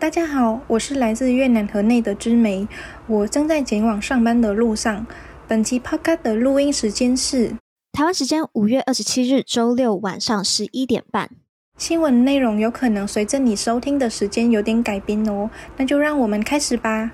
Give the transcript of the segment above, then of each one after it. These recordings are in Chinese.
大家好，我是来自越南河内的知梅，我正在前往上班的路上。本期 Podcast 的录音时间是台湾时间5月27日周六晚上11点半。 新闻内容有可能随着你收听的时间有点改变哦，那就让我们开始吧。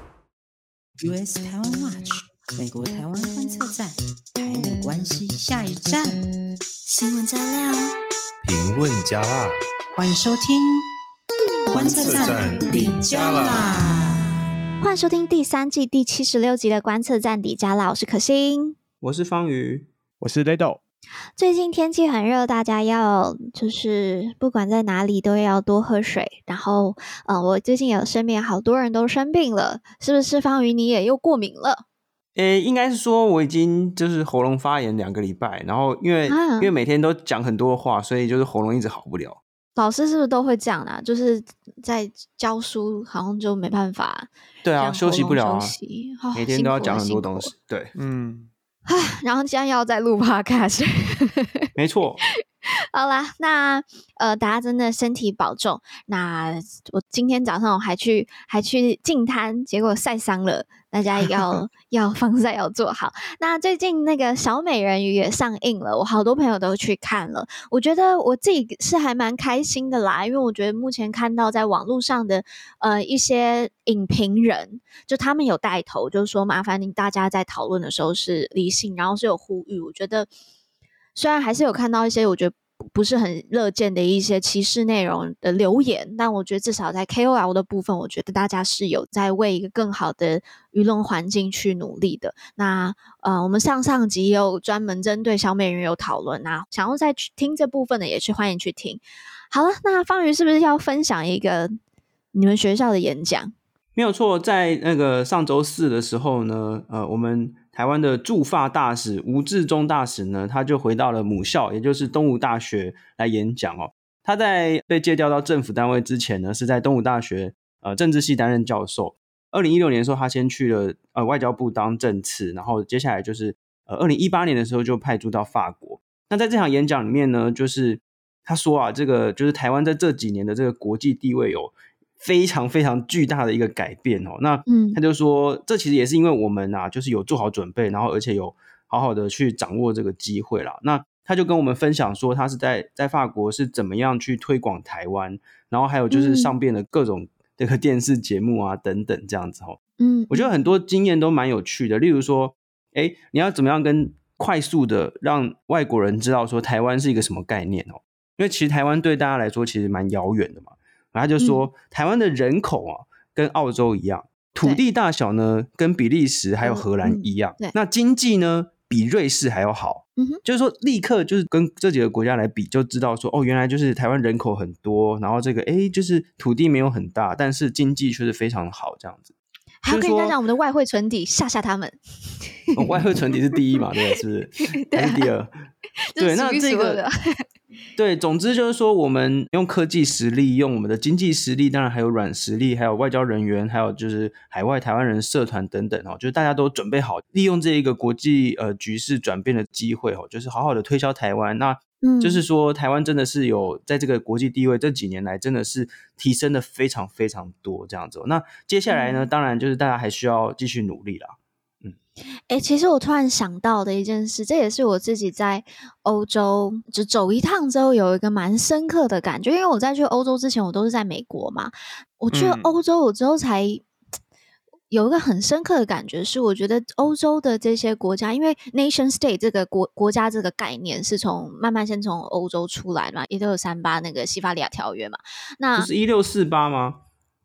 US 台湾 Watch 美国台湾观测站，台美关系下一站， 新闻加料， 评论加辣， 欢迎收听观测站底加啦。 欢迎收听第3季第76集的观测站底加啦，我是可心， 我是方瑜， 我是雷豆。 最近天气很热，大家要就是不管在哪里都要多喝水。然后我最近有身边好多人都生病了，是不是方瑜你也又过敏了？ 应该是说我已经就是喉咙发炎2个礼拜，然后因为每天都讲很多话，所以就是喉咙一直好不了。 老师是不是都会这样啊？就是在教书好像就没办法， 对啊，休息不了啊，每天都要讲很多东西。对， 然后今天要再录 podcast 没错。 好啦，那大家真的身体保重。那我今天早上我还去净滩，结果晒伤了，大家要防晒要做好。那最近那个小美人鱼也上映了，我好多朋友都去看了，我觉得我自己是还蛮开心的啦，因为我觉得目前看到在网络上的一些影评人，就他们有带头，就是说麻烦大家在讨论的时候是理性，然后是有呼吁。我觉得虽然还是有看到一些我觉得不是很乐见的一些歧视内容的留言，但我觉得至少在 KOL 的部分，我觉得大家是有在为一个更好的舆论环境去努力的。那我们上集也有专门针对小美人鱼有讨论，那想要再去听这部分的也是欢迎去听。好了，那方瑜是不是要分享一个你们学校的演讲？ 没有错，在那个上周四的时候呢，我们台湾的驻法大使吴志忠大使呢，他就回到了母校，也就是东吴大学来演讲哦。他在被借调到政府单位之前呢，是在东吴大学政治系担任教授。2016年的时候，他先去了外交部当政次，然后接下来就是2018年的时候就派驻到法国。那在这场演讲里面呢，就是他说啊，这个就是台湾在这几年的这个国际地位有非常非常巨大的一个改变哦。那他就说这其实也是因为我们啊就是有做好准备，然后而且有好好的去掌握这个机会啦。那他就跟我们分享说他是在法国是怎么样去推广台湾，然后还有就是上边的各种这个电视节目啊等等这样子哦。我觉得很多经验都蛮有趣的，例如说你要怎么样跟快速的让外国人知道说台湾是一个什么概念哦。因为其实台湾对大家来说其实蛮遥远的嘛。然后他就说台湾的人口啊跟澳洲一样，土地大小呢跟比利时还有荷兰一样，那经济呢比瑞士还要好。就是说立刻就是跟这几个国家来比就知道说原来就是台湾人口很多，然后这个就是土地没有很大，但是经济却是非常好这样子。 还要跟人家讲我们的外汇存底吓他们。 外汇存底是第一嘛，对，是不是？还是第二？对，那这个对，总之就是说我们用科技实力，用我们的经济实力，当然还有软实力，还有外交人员，还有就是海外台湾人社团等等就是大家都准备好利用这一个国际局势转变的机会就是好好的推销台湾。那就是说台湾真的是有在这个国际地位这几年来真的是提升的非常非常多这样子。那接下来呢当然就是大家还需要继续努力啦。 其实我突然想到的一件事，这也是我自己在欧洲就走一趟之后有一个蛮深刻的感觉。因为我在去欧洲之前我都是在美国嘛，我去了欧洲我之后才有一个很深刻的感觉，是我觉得欧洲的这些国家，因为 nation state 这个国家这个概念是慢慢先从欧洲出来嘛，1638那个西法利亚条约嘛，那不是1648吗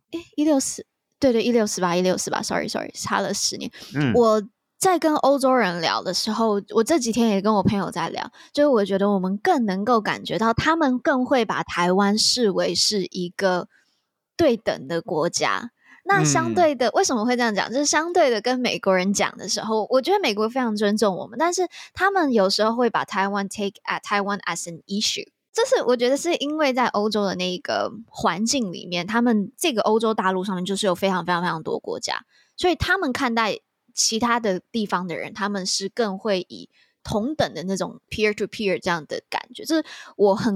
？164对1648 sorry 差了10年。我在跟欧洲人聊的时候，我这几天也跟我朋友在聊，就是我觉得我们更能够感觉到他们更会把台湾视为是一个对等的国家。那相对的为什么会这样讲，就是相对的跟美国人讲的时候，我觉得美国非常尊重我们，但是他们有时候会把台湾 take at Taiwan as an issue。这是我觉得是因为在欧洲的那个环境里面，他们这个欧洲大陆上面就是有非常非常非常多国家，所以他们看待其他的地方的人，他们是更会以同等的那种 peer to peer 这样的感觉。就是我很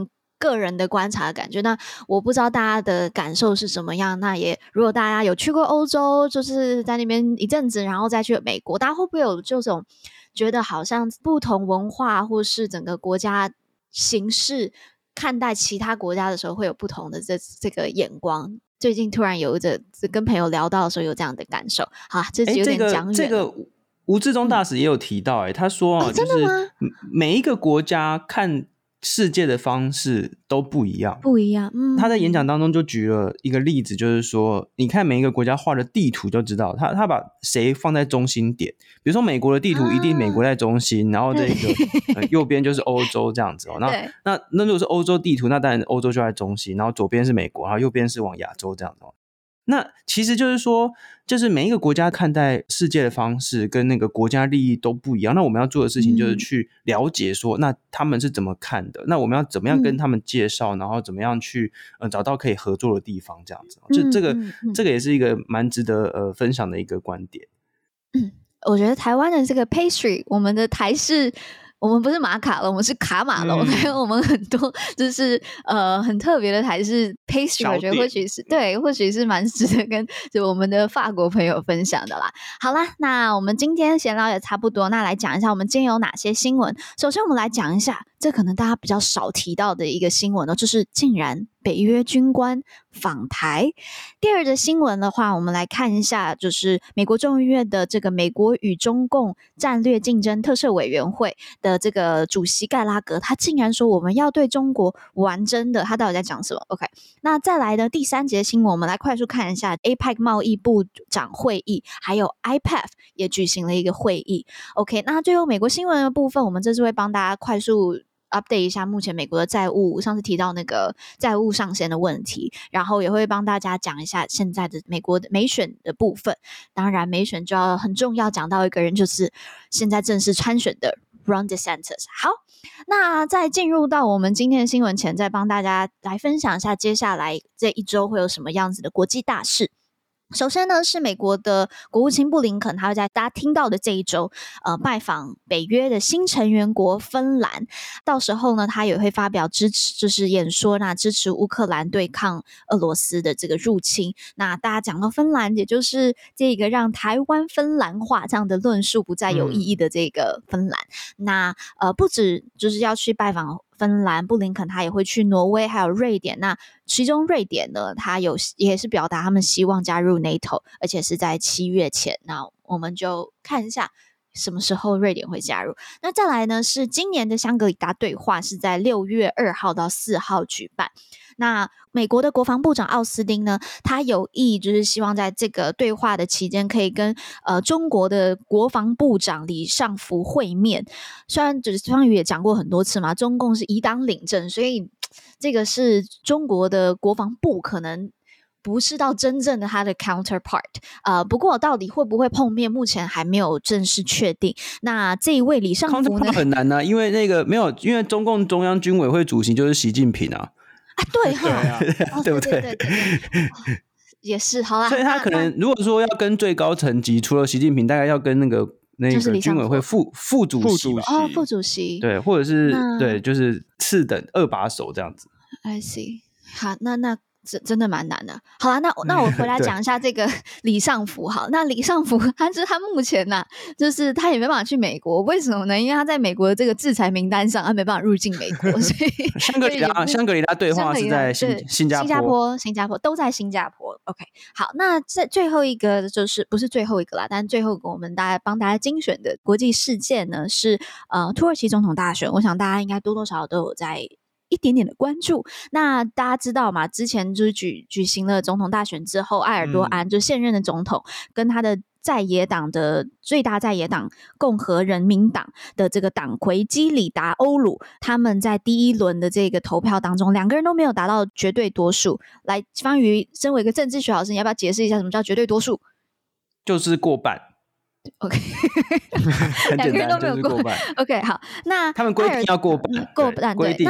个人的观察的感觉。那我不知道大家的感受是什么样，那也如果大家有去过欧洲，就是在那边一阵子，然后再去美国，大家会不会有这种觉得好像不同文化或是整个国家形式看待其他国家的时候会有不同的这个眼光？最近突然有跟朋友聊到的时候有这样的感受。好，这有点讲远了。 这个吴志忠大使也有提到，他说就是每一个国家看世界的方式都不一样。他在演讲当中就举了一个例子，就是说你看每一个国家画的地图就知道他把谁放在中心点。比如说美国的地图一定美国在中心，然后这个右边就是欧洲这样子那如果是欧洲地图，那当然欧洲就在中心，然后左边是美国，然后右边是往亚洲这样子那其实就是说，就是每一个国家看待世界的方式跟那个国家利益都不一样。那我们要做的事情就是去了解说，那他们是怎么看的？那我们要怎么样跟他们介绍，然后怎么样去找到可以合作的地方，这样子。就这个也是一个蛮值得分享的一个观点。 我觉得台湾的这个 pastry， 我们的台式。我们不是马卡龙，我们是卡马龙，还有我们很多就是很特别的台式 pastry， 我觉得或许是蛮值得跟就我们的法国朋友分享的啦。好啦，那我们今天闲聊也差不多，那来讲一下我们今天有哪些新闻。首先我们来讲一下这可能大家比较少提到的一个新闻就是竟然北约军官访台。第二的新闻的话，我们来看一下，就是美国众议院的这个美国与中共战略竞争特设委员会的这个主席盖拉格，他竟然说我们要对中国玩真的，他到底在讲什么 ？OK， 那再来的第三节新闻，我们来快速看一下 APEC 贸易部长会议，还有 IPEF 也举行了一个会议。OK， 那最后美国新闻的部分，我们这次会帮大家快速update 一下目前美国的债务，上次提到那个债务上限的问题，然后也会帮大家讲一下现在的美国的美选的部分。当然美选就要很重要讲到一个人，就是现在正式参选的 Ron DeSantis。 好，那在进入到我们今天的新闻前，再帮大家来分享一下接下来这一周会有什么样子的国际大事。首先呢，是美国的国务卿布林肯，他会在大家听到的这一周拜访北约的新成员国芬兰，到时候呢他也会发表支持就是演说，那支持乌克兰对抗俄罗斯的这个入侵。那大家讲到芬兰，也就是这个让台湾芬兰化这样的论述不再有意义的这个芬兰。那不止就是要去拜访芬兰，布林肯他也会去挪威还有瑞典。那其中瑞典呢，他也是表达他们希望加入 NATO， 而且是在7月前。那我们就看一下什么时候瑞典会加入。那再来呢，是今年的香格里拉对话是在6月2号到4号举办。那美国的国防部长奥斯汀呢，他有意就是希望在这个对话的期间可以跟中国的国防部长李尚福会面。虽然就是方宇也讲过很多次嘛，中共是以党领政，所以这个是中国的国防部可能不是到真正的他的 counterpart。不过到底会不会碰面，目前还没有正式确定。那这一位李尚福呢， 很难啊，因为那个没有，因为中共中央军委会主席就是习近平啊。 对哈， 对不对？ 对，也是。好啦， 所以他可能如果说要跟最高层级，除了习近平，大概要跟那个军委会副主席吧。 副主席， 对，或者是对，就是次等2把手这样子。 I see。好，那真的蛮难的。好啦，那我回来讲一下这个李尚福。好，那李尚福他目前就是他也没办法去美国，为什么呢？因为他在美国的这个制裁名单上，他没办法入境美国。所以香格里拉对话是在新加坡都在新加坡。OK， 好，那最后一个就是不是最后一个啦，但最后一个我们帮大家精选的国际事件呢是土耳其总统大选。我想大家应该多多少少都有在一点点的关注。那大家知道嘛，之前就是举行了总统大选之后，埃尔多安就现任的总统跟他的最大在野党共和人民党的这个党魁基里达欧鲁，他们在第一轮的这个投票当中，两个人都没有达到绝对多数。来，方瑜身为一个政治学老师，你要不要解释一下什么叫绝对多数？ 就是过半。 OK， 很简单， 两个人都没有就是过半。 OK， 好，那他们规定要过半， 对。那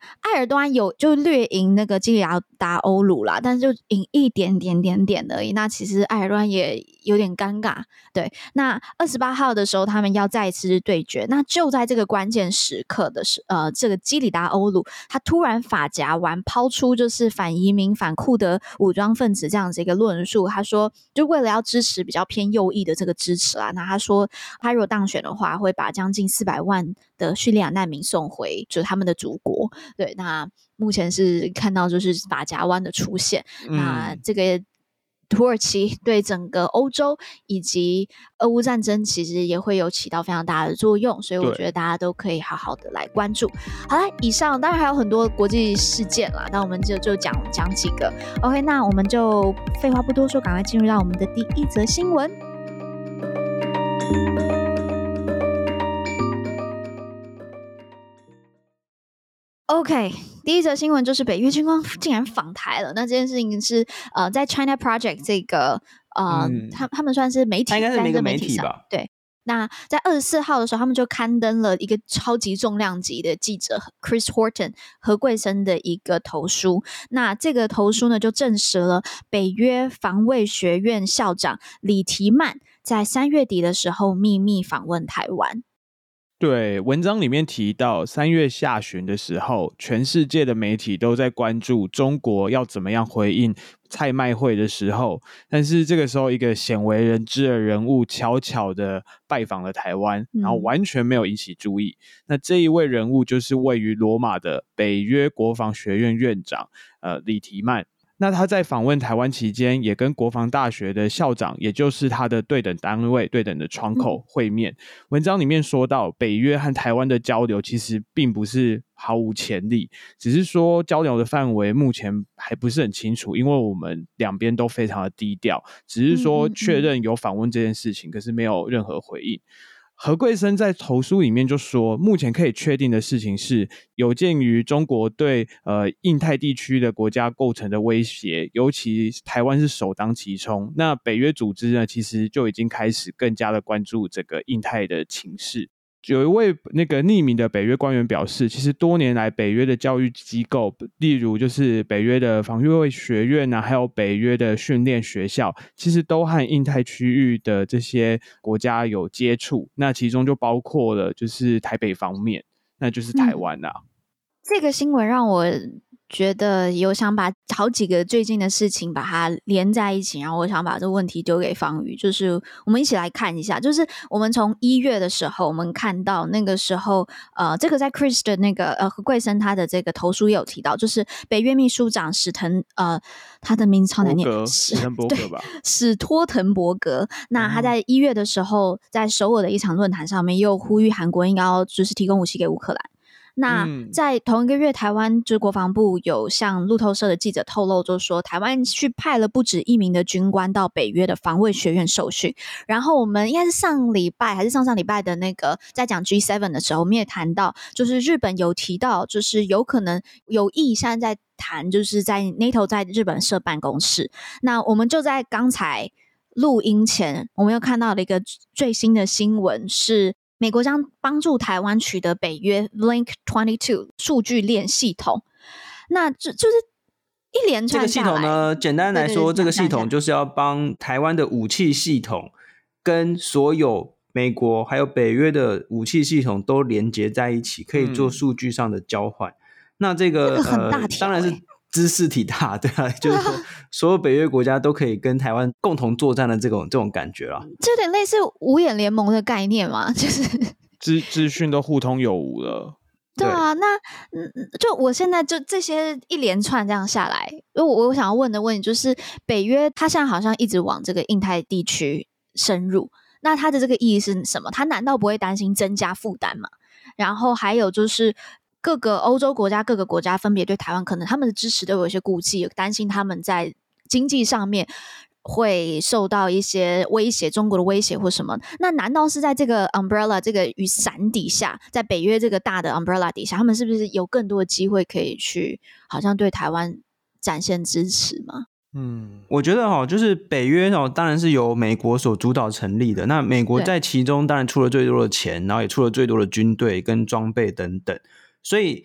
埃尔多安有就略赢那个基里达欧鲁啦，但是就赢一点而已。那其实埃尔多安也有点尴尬。对，那28号的时候他们要再次对决，那就在这个关键时刻的这个基里达欧鲁他突然发夹完抛出就是反移民反库德武装分子这样子一个论述，他说就为了要支持比较偏右翼的这个支持啦，那他说他如果当选的话会把将近400万的叙利亚难民送回就是他们的祖国。对，那目前是看到就是法夹湾的出现，那这个土耳其对整个欧洲以及俄乌战争其实也会有起到非常大的作用，所以我觉得大家都可以好好的来关注。好啦，以上当然还有很多国际事件啦，那我们就讲几个。 OK， 那我们就废话不多说，赶快进入到我们的第一则新闻。OK， 第一则新闻就是北约军方竟然访台了。那这件事情是在 China Project 这个他们算是媒体， 它应该是每个媒体吧？ 对。那在24号的时候，他们就刊登了一个超级重量级的记者 Chris Horton 何贵生的一个投书。那这个投书呢，就证实了北约防卫学院校长李提曼在3月底的时候秘密访问台湾。 对，文章里面提到3月下旬的时候，全世界的媒体都在关注中国要怎么样回应蔡麦会的时候，但是这个时候一个鲜为人知的人物悄悄的拜访了台湾，然后完全没有引起注意。那这一位人物就是位于罗马的北约国防学院院长李提曼。那他在访问台湾期间，也跟国防大学的校长，也就是他的对等单位、对等的窗口会面。文章里面说到，北约和台湾的交流其实并不是毫无潜力，只是说交流的范围目前还不是很清楚，因为我们两边都非常的低调，只是说确认有访问这件事情，可是没有任何回应。何贵生在投书里面就说，目前可以确定的事情是，有鉴于中国对印太地区的国家构成的威胁，尤其台湾是首当其冲，那北约组织呢，其实就已经开始更加的关注这个印太的情势。有一位那个匿名的北约官员表示，其实多年来北约的教育机构，例如就是北约的防卫学院啊，还有北约的训练学校，其实都和印太区域的这些国家有接触，那其中就包括了就是台北方面，那就是台湾啊。 这个新闻让我觉得有想把好几个最近的事情把它连在一起，然后我想把这个问题丢给方宇，就是我们一起来看一下，就是我们从1月的时候我们看到那个时候这个在 Chris 的那个何贵生他的这个投书也有提到，就是北约秘书长他的名字超难念， 史滕伯格吧， 史托滕伯格。那他在1月的时候在首尔的一场论坛上面又呼吁韩国应该要就是提供武器给乌克兰。那在同一个月，台湾就是国防部有向路透社的记者透露，就说台湾去派了不止1名的军官到北约的防卫学院受训。然后我们应该是上礼拜还是上上礼拜的那个在讲 G7 的时候，我们也谈到，就是日本有提到，就是有可能有意现在在谈，就是在 NATO 在日本设办公室。那我们就在刚才录音前，我们又看到了一个最新的新闻是，美国将帮助台湾取得北约 Link-22 数据链系统。那就是一连串下来， 这个系统呢，简单来说，这个系统就是要帮台湾的武器系统跟所有美国还有北约的武器系统都连接在一起，可以做数据上的交换。那这个很大条， 当然是知识体大，对啊，就是说所有北约国家都可以跟台湾共同作战的这种感觉啦。 这有点类似五眼联盟的概念嘛，就是资讯都互通有无了。 对啊，那就我现在就这些一连串这样下来，我想要问的问题就是，北约它现在好像一直往这个印太地区深入，那它的这个意义是什么？它难道不会担心增加负担吗？然后还有就是各个欧洲国家、各个国家分别对台湾可能他们的支持都有一些顾忌，担心他们在经济上面会受到一些威胁，中国的威胁或什么。那难道是在这个 umbrella 这个雨伞底下，在北约这个大的 umbrella 底下，他们是不是有更多的机会可以去好像对台湾展现支持吗？ 我觉得就是北约当然是由美国所主导成立的，那美国在其中当然出了最多的钱，然后也出了最多的军队跟装备等等，所以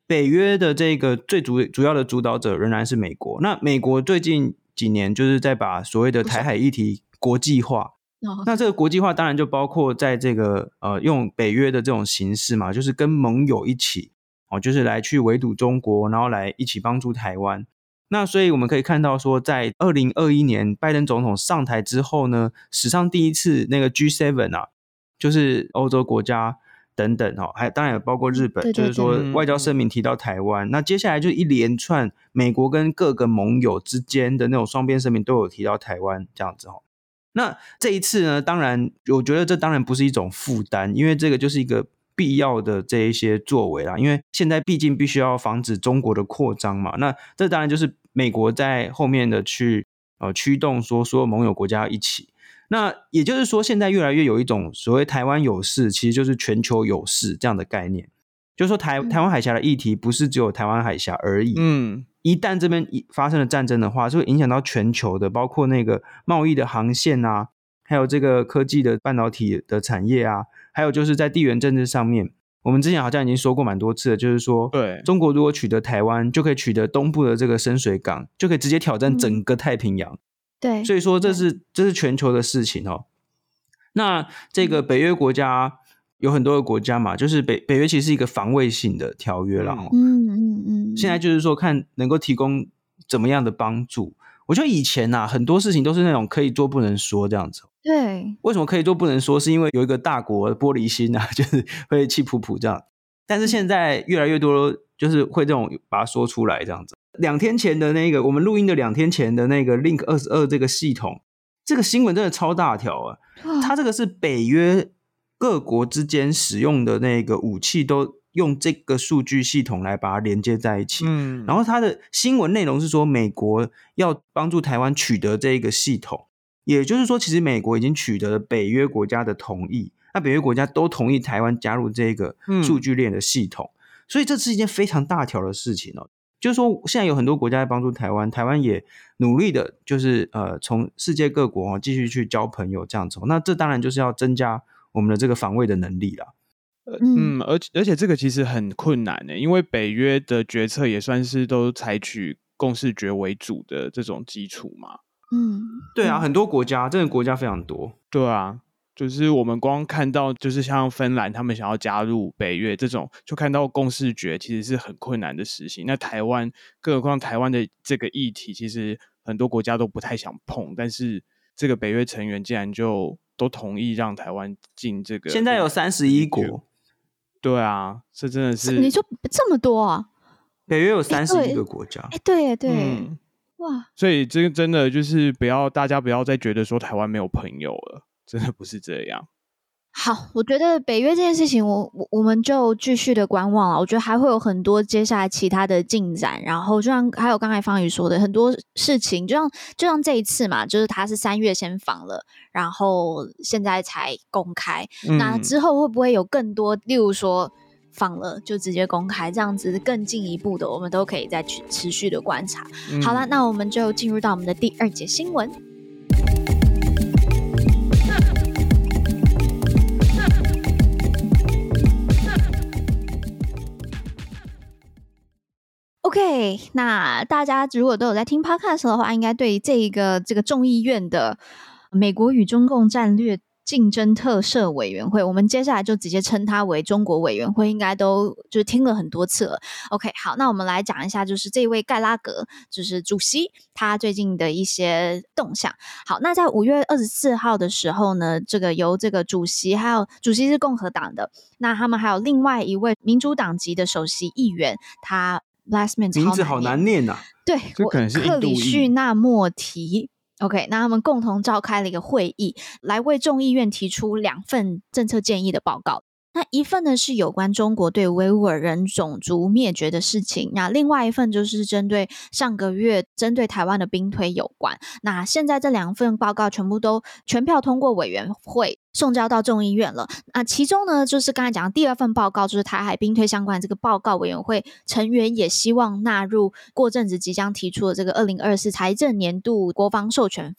北约的这个最主要的主导者仍然是美国。那美国最近几年就是在把所谓的台海议题国际化。那这个国际化当然就包括在这个用北约的这种形式嘛，就是跟盟友一起就是来去围堵中国，然后来一起帮助台湾。那所以我们可以看到说，在2021年拜登总统上台之后呢，史上第一次那个 G7 啊，就是欧洲国家等等还当然也包括日本，就是说外交声明提到台湾。那接下来就一连串美国跟各个盟友之间的那种双边声明都有提到台湾这样子那这一次呢，当然我觉得这当然不是一种负担，因为这个就是一个必要的这一些作为啦，因为现在毕竟必须要防止中国的扩张嘛。那这当然就是美国在后面的去驱动说所有盟友国家要一起。那也就是说现在越来越有一种所谓台湾有事其实就是全球有事这样的概念，就是说台湾海峡的议题不是只有台湾海峡而已，一旦这边发生了战争的话，就会影响到全球的，包括那个贸易的航线啊，还有这个科技的半导体的产业啊，还有就是在地缘政治上面，我们之前好像已经说过蛮多次了，就是说对中国如果取得台湾，就可以取得东部的这个深水港，就可以直接挑战整个太平洋。 对， 所以说这是全球的事情那这个北约国家有很多个国家嘛，就是北约其实是一个防卫性的条约啦现在就是说看能够提供怎么样的帮助。我觉得以前很多事情都是那种可以做不能说这样子。 对， 为什么可以做不能说？是因为有一个大国玻璃心就是会气噗噗这样。但是现在越来越多就是会这种把它说出来这样子。2天前的那个我们录音的2天前的那个 Link 22这个系统，这个新闻真的超大条它这个是北约各国之间使用的那个武器都用这个数据系统来把它连接在一起。然后它的新闻内容是说美国要帮助台湾取得这个系统，也就是说其实美国已经取得了北约国家的同意，那北约国家都同意台湾加入这个数据链的系统。所以这是一件非常大条的事情就是说现在有很多国家在帮助台湾，台湾也努力的就是从世界各国继续去交朋友这样子。那这当然就是要增加我们的这个防卫的能力啦。 而且这个其实很困难因为北约的决策也算是都采取共识决为主的这种基础嘛。 对啊，很多国家，真的国家非常多。 对啊，就是我们光看到就是像芬兰他们想要加入北约这种，就看到共识决其实是很困难的实行。那台湾更何况台湾的这个议题其实很多国家都不太想碰，但是这个北约成员竟然就都同意让台湾进这个。 现在有31国。 对啊，这真的是。 你说这么多啊？ 北约有31个国家。 对哇！ 所以这个真的就是大家不要再觉得说台湾没有朋友了，真的不是这样。 好，我觉得北约这件事情我们就继续的观望了。我觉得还会有很多接下来其他的进展，然后就像还有刚才方宇说的很多事情，就像这一次嘛，就是他是3月先访了，然后现在才公开。那之后会不会有更多，例如说访了就直接公开，这样子更进一步的，我们都可以再去持续的观察。好了，那我们就进入到我们的第2节新闻。OK， 那大家如果都有在听 Podcast 的话，应该对这个众议院的美国与中共战略竞争特设委员会，我们接下来就直接称它为中国委员会，应该都就是听了很多次了。OK， 好，那我们来讲一下，就是这位盖拉格，就是主席，他最近的一些动向。好，那在5月24号的时候呢，这个由这个主席是共和党的，那他们还有另外一位民主党籍的首席议员，他名字好难念对， 这可能是克里绪纳莫提。OK， 那他们共同召开了一个会议，来为众议院提出2份政策建议的报告。那一份呢是有关中国对维吾尔人种族灭绝的事情，那另外一份就是针对上个月针对台湾的兵推有关。那现在这2份报告全部都全票通过委员会，送交到众议院了。那其中呢，就是刚才讲的第2份报告，就是台海兵推相关的这个报告，委员会成员也希望纳入过阵子即将提出的这个2024财政年度国防授权法案。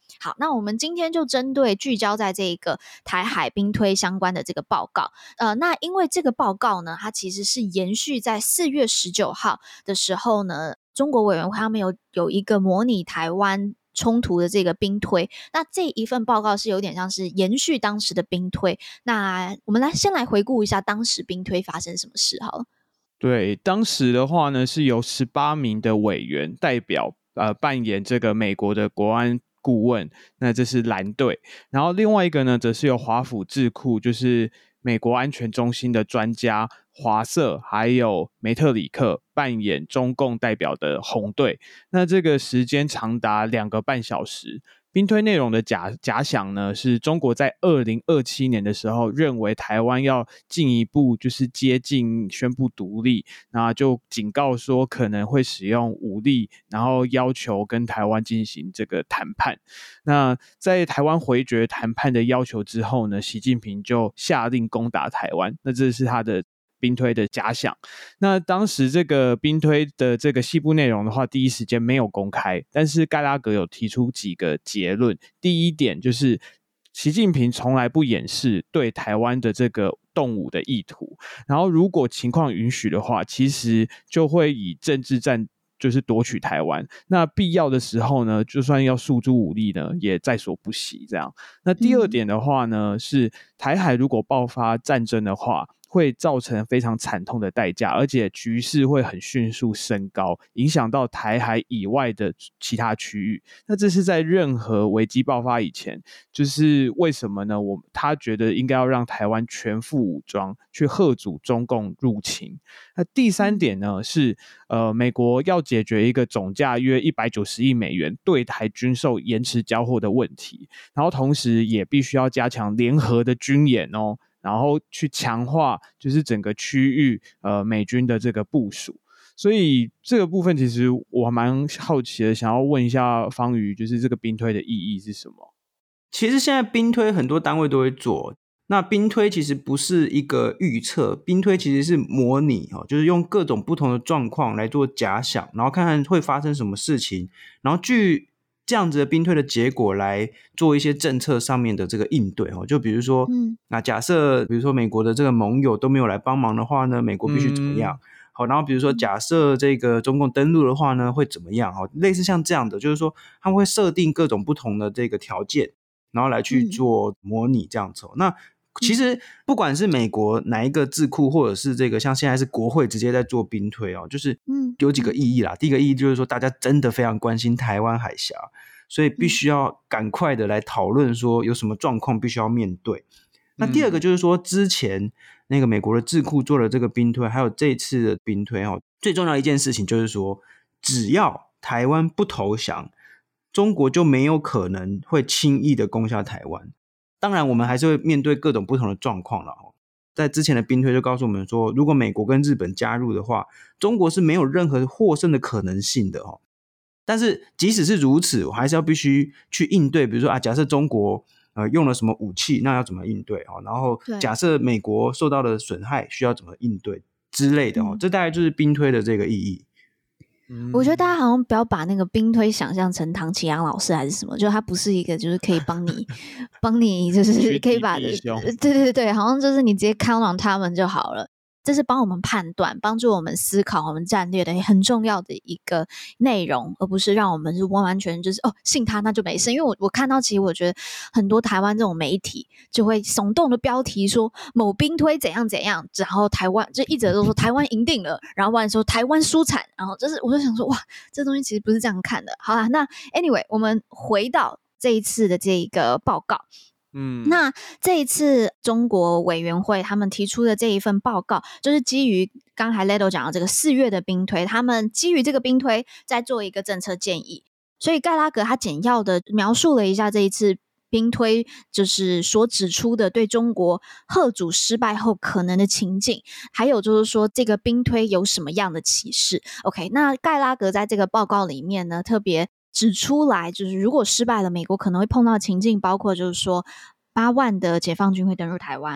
好，那我们今天就针对聚焦在这个台海兵推相关的这个报告，那因为这个报告呢，它其实是延续在4月19号的时候呢，中国委员会他们有一个模拟台湾冲突的这个兵推，那这一份报告是有点像是延续当时的兵推。那我们先来回顾一下当时兵推发生什么事好了。 对，当时的话呢，是由18名的委员代表扮演这个美国的国安顾问，那这是蓝队，然后另外一个呢，则是由华府智库，就是美国安全中心的专家华瑟还有梅特里克扮演中共代表的红队，那这个时间长达2个半小时。兵推内容的假想呢，是中国在2027年的时候认为台湾要进一步就是接近宣布独立，那就警告说可能会使用武力，然后要求跟台湾进行这个谈判。那在台湾回绝谈判的要求之后呢，习近平就下令攻打台湾，那这是他的兵推的假想。那当时这个兵推的这个细部内容的话，第一时间没有公开，但是盖拉格有提出几个结论。第一点就是习近平从来不掩饰对台湾的这个动武的意图，然后如果情况允许的话，其实就会以政治战就是夺取台湾，那必要的时候呢，就算要诉诸武力呢，也在所不惜这样。那第二点的话呢，是台海如果爆发战争的话，会造成非常惨痛的代价，而且局势会很迅速升高，影响到台海以外的其他区域。那这是在任何危机爆发以前，就是为什么呢？他觉得应该要让台湾全副武装去吓阻中共入侵。那第三点呢，是美国要解决一个总价约190亿美元对台军售延迟交货的问题，然后同时也必须要加强联合的军演哦，然后去强化就是整个区域美军的这个部署。所以这个部分其实我蛮好奇的，想要问一下方瑜，就是这个兵推的意义是什么？ 其实现在兵推很多单位都会做，那兵推其实不是一个预测，兵推其实是模拟，就是用各种不同的状况来做假想，然后看看会发生什么事情，然后据这样子的兵推的结果来做一些政策上面的这个应对。就比如说那假设比如说美国的这个盟友都没有来帮忙的话呢，美国必须怎么样。好，然后比如说假设这个中共登陆的话呢，会怎么样。类似像这样的，就是说他们会设定各种不同的这个条件，然后来去做模拟这样子。那其实不管是美国哪一个智库，或者是这个像现在是国会直接在做兵推就是有几个意义啦。第一个意义就是说大家真的非常关心台湾海峡，所以必须要赶快的来讨论说有什么状况必须要面对。那第二个就是说之前那个美国的智库做了这个兵推，还有这一次的兵推最重要的一件事情就是说，只要台湾不投降，中国就没有可能会轻易的攻下台湾。当然我们还是会面对各种不同的状况啦。在之前的兵推就告诉我们说，如果美国跟日本加入的话，中国是没有任何获胜的可能性的。但是即使是如此，我还是要必须去应对，比如说假设中国用了什么武器，那要怎么应对，然后假设美国受到的损害需要怎么应对之类的。这大概就是兵推的这个意义。 我觉得大家好像不要把那个兵推想象成唐启阳老师还是什么，就他不是一个就是可以帮你就是可以把对，好像就是你直接 count on 他们就好了。这是帮我们判断，帮助我们思考我们战略的很重要的一个内容，而不是让我们是完完全就是信他那就没事。因为我看到其实我觉得很多台湾这种媒体就会耸动的标题说某兵推怎样怎样，然后台湾就一直都说台湾赢定了，然后不然说台湾输惨，然后就是我就想说哇，这东西其实不是这样看的。好啦，那 anyway 我们回到这一次的这个报告。那这一次中国委员会他们提出的这一份报告，就是基于刚才 Ledo 讲的这个4月的兵推，他们基于这个兵推再做一个政策建议。所以盖拉格他简要的描述了一下这一次兵推就是所指出的对中国吓阻失败后可能的情境，还有就是说这个兵推有什么样的启示。 OK， 那盖拉格在这个报告里面呢特别指出来，就是如果失败了，美国可能会碰到的情境包括就是说8万的解放军会登陆台湾，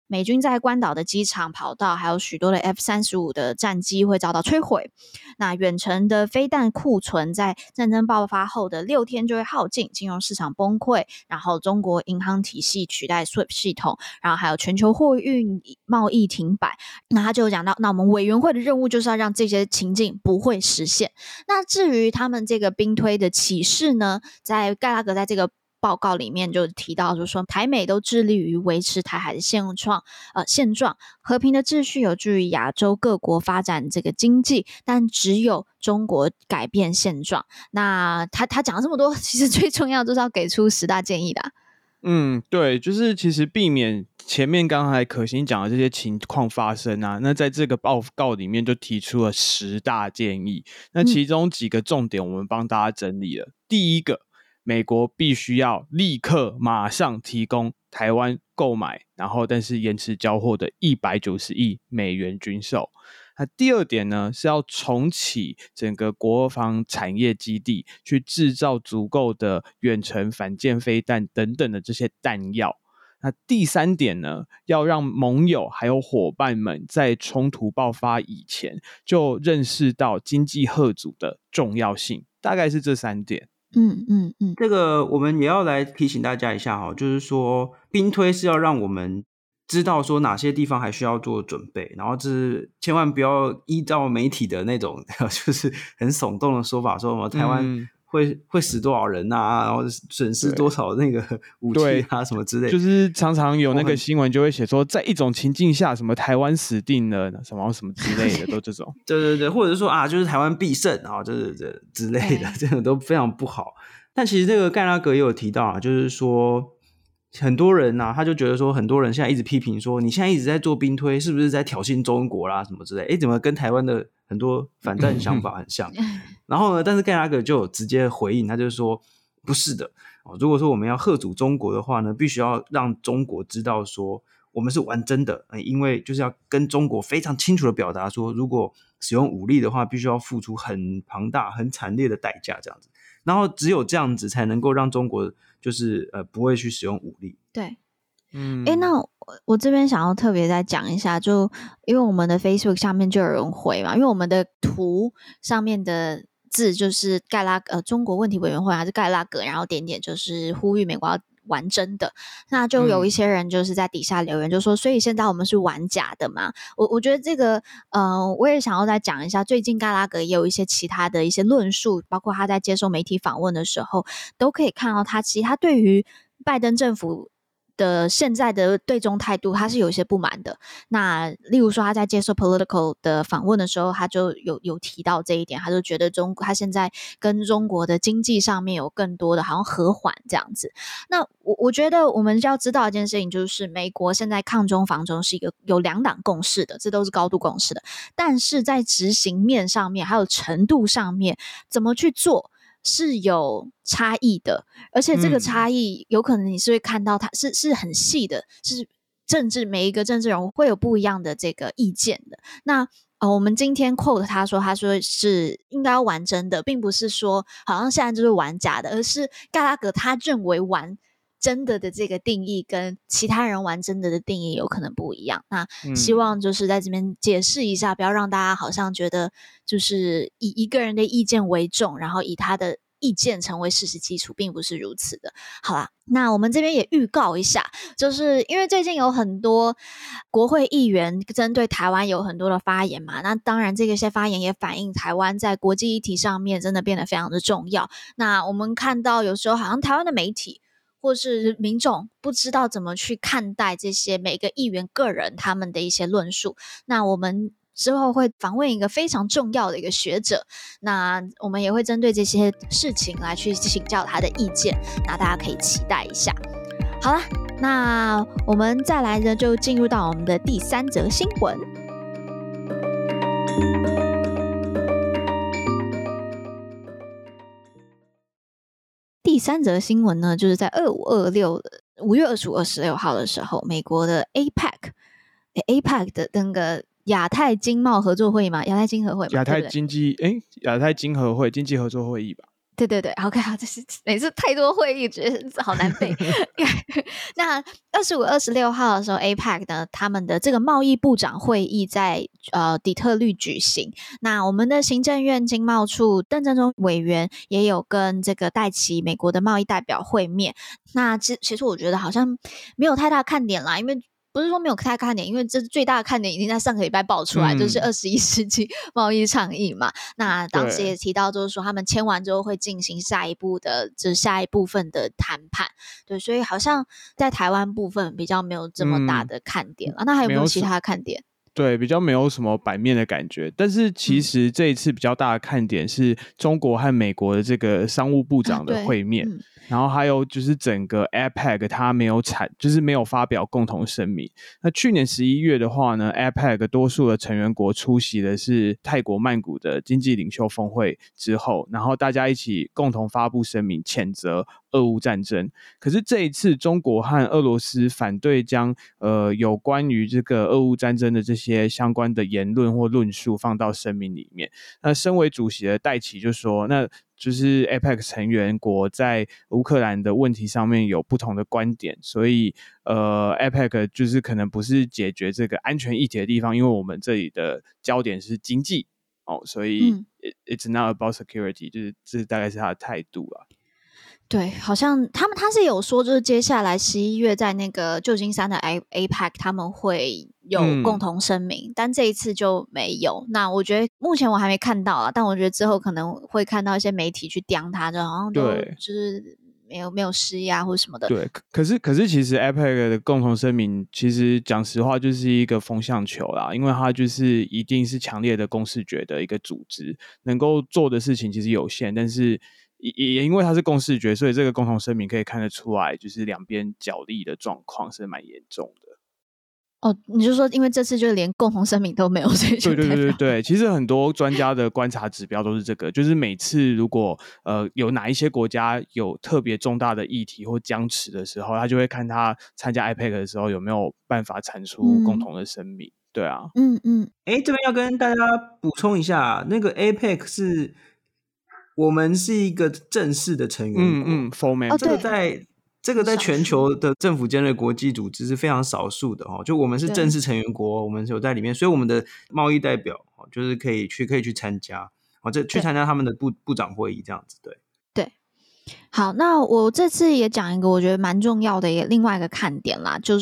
美军在关岛的机场跑道还有许多的 F-35的战机会遭到摧毁。那远程的飞弹库存在战争爆发后的6天就会耗尽，金融市场崩溃，然后中国银行体系取代 SWIFT 系统，然后还有全球货运贸易停摆。那他就讲到，那我们委员会的任务就是要让这些情境不会实现。那至于他们这个兵推的启示呢，在盖拉格在这个报告里面就提到，就是说台美都致力于维持台海的现状，和平的秩序有助于亚洲各国发展这个经济，但只有中国改变现状。那他讲了这么多，其实最重要就是要给出10大建议的。 对，就是其实避免前面刚才可心讲的这些情况发生啊，那在这个报告里面就提出了10大建议，那其中几个重点我们帮大家整理了。第一个，美国必须要立刻马上提供台湾购买，然后但是延迟交货的190亿美元军售。那第二点呢，是要重启整个国防产业基地，去制造足够的远程反舰飞弹等等的这些弹药。那第三点呢，要让盟友还有伙伴们在冲突爆发以前就认识到经济吓阻的重要性，大概是这3点。 这个我们也要来提醒大家一下哈，就是说兵推是要让我们知道说哪些地方还需要做准备，然后就是千万不要依照媒体的那种就是很耸动的说法，说我们台湾会死多少人啊，然后损失多少那个武器啊什么之类的， 就是常常有那个新闻就会写说，在一种情境下，什么台湾死定了，什么之类的，都这种。 对，或者是说啊，就是台湾必胜啊，就是这之类的，这种都非常不好。但其实这个盖拉格也有提到啊，就是说很多人啊，他就觉得说，很多人现在一直批评说，你现在一直在做兵推，是不是在挑衅中国啦什么之类？怎么跟台湾的很多反战想法很像？然后呢，但是盖拉格就有直接回应，他就说不是的，如果说我们要吓阻中国的话呢，必须要让中国知道说我们是玩真的，因为就是要跟中国非常清楚的表达说，如果使用武力的话，必须要付出很庞大很惨烈的代价这样子，然后只有这样子才能够让中国就是不会去使用武力。 对，那我这边想要特别再讲一下，就因为我们的 Facebook 上面就有人回嘛，因为我们的图上面的字就是中国问题委员会还是盖拉格，然后点点就是呼吁美国要玩真的，那就有一些人就是在底下留言就说，所以现在我们是玩假的嘛。我觉得这个我也想要再讲一下，最近盖拉格也有一些其他的一些论述，包括他在接受媒体访问的时候都可以看到其实他对于拜登政府的现在的对中态度他是有一些不满的。那例如说他在接受 Political 的访问的时候，他就有提到这一点，他就觉得他现在跟中国的经济上面有更多的好像和缓这样子。那我觉得我们就要知道一件事情，就是美国现在抗中防中是一个有2党共识的，这都是高度共识的，但是在执行面上面还有程度上面怎么去做是有差异的，而且这个差异有可能你是会看到它是很细的，是每一个政治人物会有不一样的这个意见的。那我们今天 quote 他说是应该要玩真的，并不是说好像现在就是玩假的，而是盖拉格他认为玩真的的这个定义跟其他人玩真的定义有可能不一样。那希望就是在这边解释一下，不要让大家好像觉得就是以一个人的意见为重，然后以他的意见成为事实基础，并不是如此的。好啦，那我们这边也预告一下，就是因为最近有很多国会议员针对台湾有很多的发言嘛，那当然这些发言也反映台湾在国际议题上面真的变得非常的重要。那我们看到有时候好像台湾的媒体或是民众不知道怎么去看待这些每个议员个人他们的一些论述，那我们之后会访问一个非常重要的一个学者，那我们也会针对这些事情来去请教他的意见，那大家可以期待一下。好啦，那我们再来呢就进入到我们的第3则新闻。第3则新闻呢，就是在5月25、26号的时候，美国的 APEC 的那个亚太经贸合作会议嘛，亚太经合会嘛， 亚太经济合会经济合作会议吧。 对对对 ，OK， 好，这是每次太多会议，觉得好难背。那25、26号的时候 ，APEC 呢，他们的这个贸易部长会议在底特律举行。那我们的行政院经贸处邓正中委员也有跟这个戴琪美国的贸易代表会面。那其实我觉得好像没有太大看点啦，因为不是说没有太大看点，因为这最大的看点已经在上个礼拜爆出来，就是21世纪贸易倡议嘛。那当时也提到，就是说他们签完之后会进行下一部分的谈判。对，所以好像在台湾部分比较没有这么大的看点了。那还有没有其他的看点？ 对，比较没有什么版面的感觉，但是其实这一次比较大的看点是中国和美国的这个商务部长的会面，然后还有就是整个 APEC 它就是没有发表共同声明。那去年11月的话呢 ，APEC 多数的成员国出席的是泰国曼谷的经济领袖峰会之后，然后大家一起共同发布声明谴责俄乌战争。可是这一次中国和俄罗斯反对将有关于这个俄乌战争的这些相关的言论或论述放到声明里面。那身为主席的戴琪就说，那就是 APEC 成员国在乌克兰的问题上面有不同的观点，所以APEC 就是可能不是解决这个安全议题的地方，因为我们这里的焦点是经济所以it's not about security， 就是这大概是他的态度啊。 对，好像他是有说，就是接下来11月在那个旧金山的 APEC 他们会有共同声明，但这一次就没有。那我觉得目前我还没看到啊，但我觉得之后可能会看到一些媒体去刁他，就好像都就是没有施压或什么的。 对，可是其实 APEC 的共同声明，其实讲实话就是一个风向球啦，因为它就是一定是强烈的共识决的一个组织，能够做的事情其实有限，但是也因为它是共识决，所以这个共同声明可以看得出来，就是两边角力的状况是蛮严重的。 你就说因为这次就连共同声明都没有，所以就对，其实很多专家的观察指标都是这个，就是每次如果有哪一些国家有特别重大的议题或僵持的时候，他就会看他参加 APEC 的时候有没有办法产出共同的声明。对啊， 这边要跟大家补充一下，那个 APEC 是我们是一个正式的成员国，format，这个在全球的政府间的国际组织是非常少数的就我们是正式成员国，我们有在里面，所以我们的贸易代表就是可以去参加去参加他们的部长会议这样子。 对，好，那我这次也讲一个我觉得蛮重要的另外一个看点啦，就是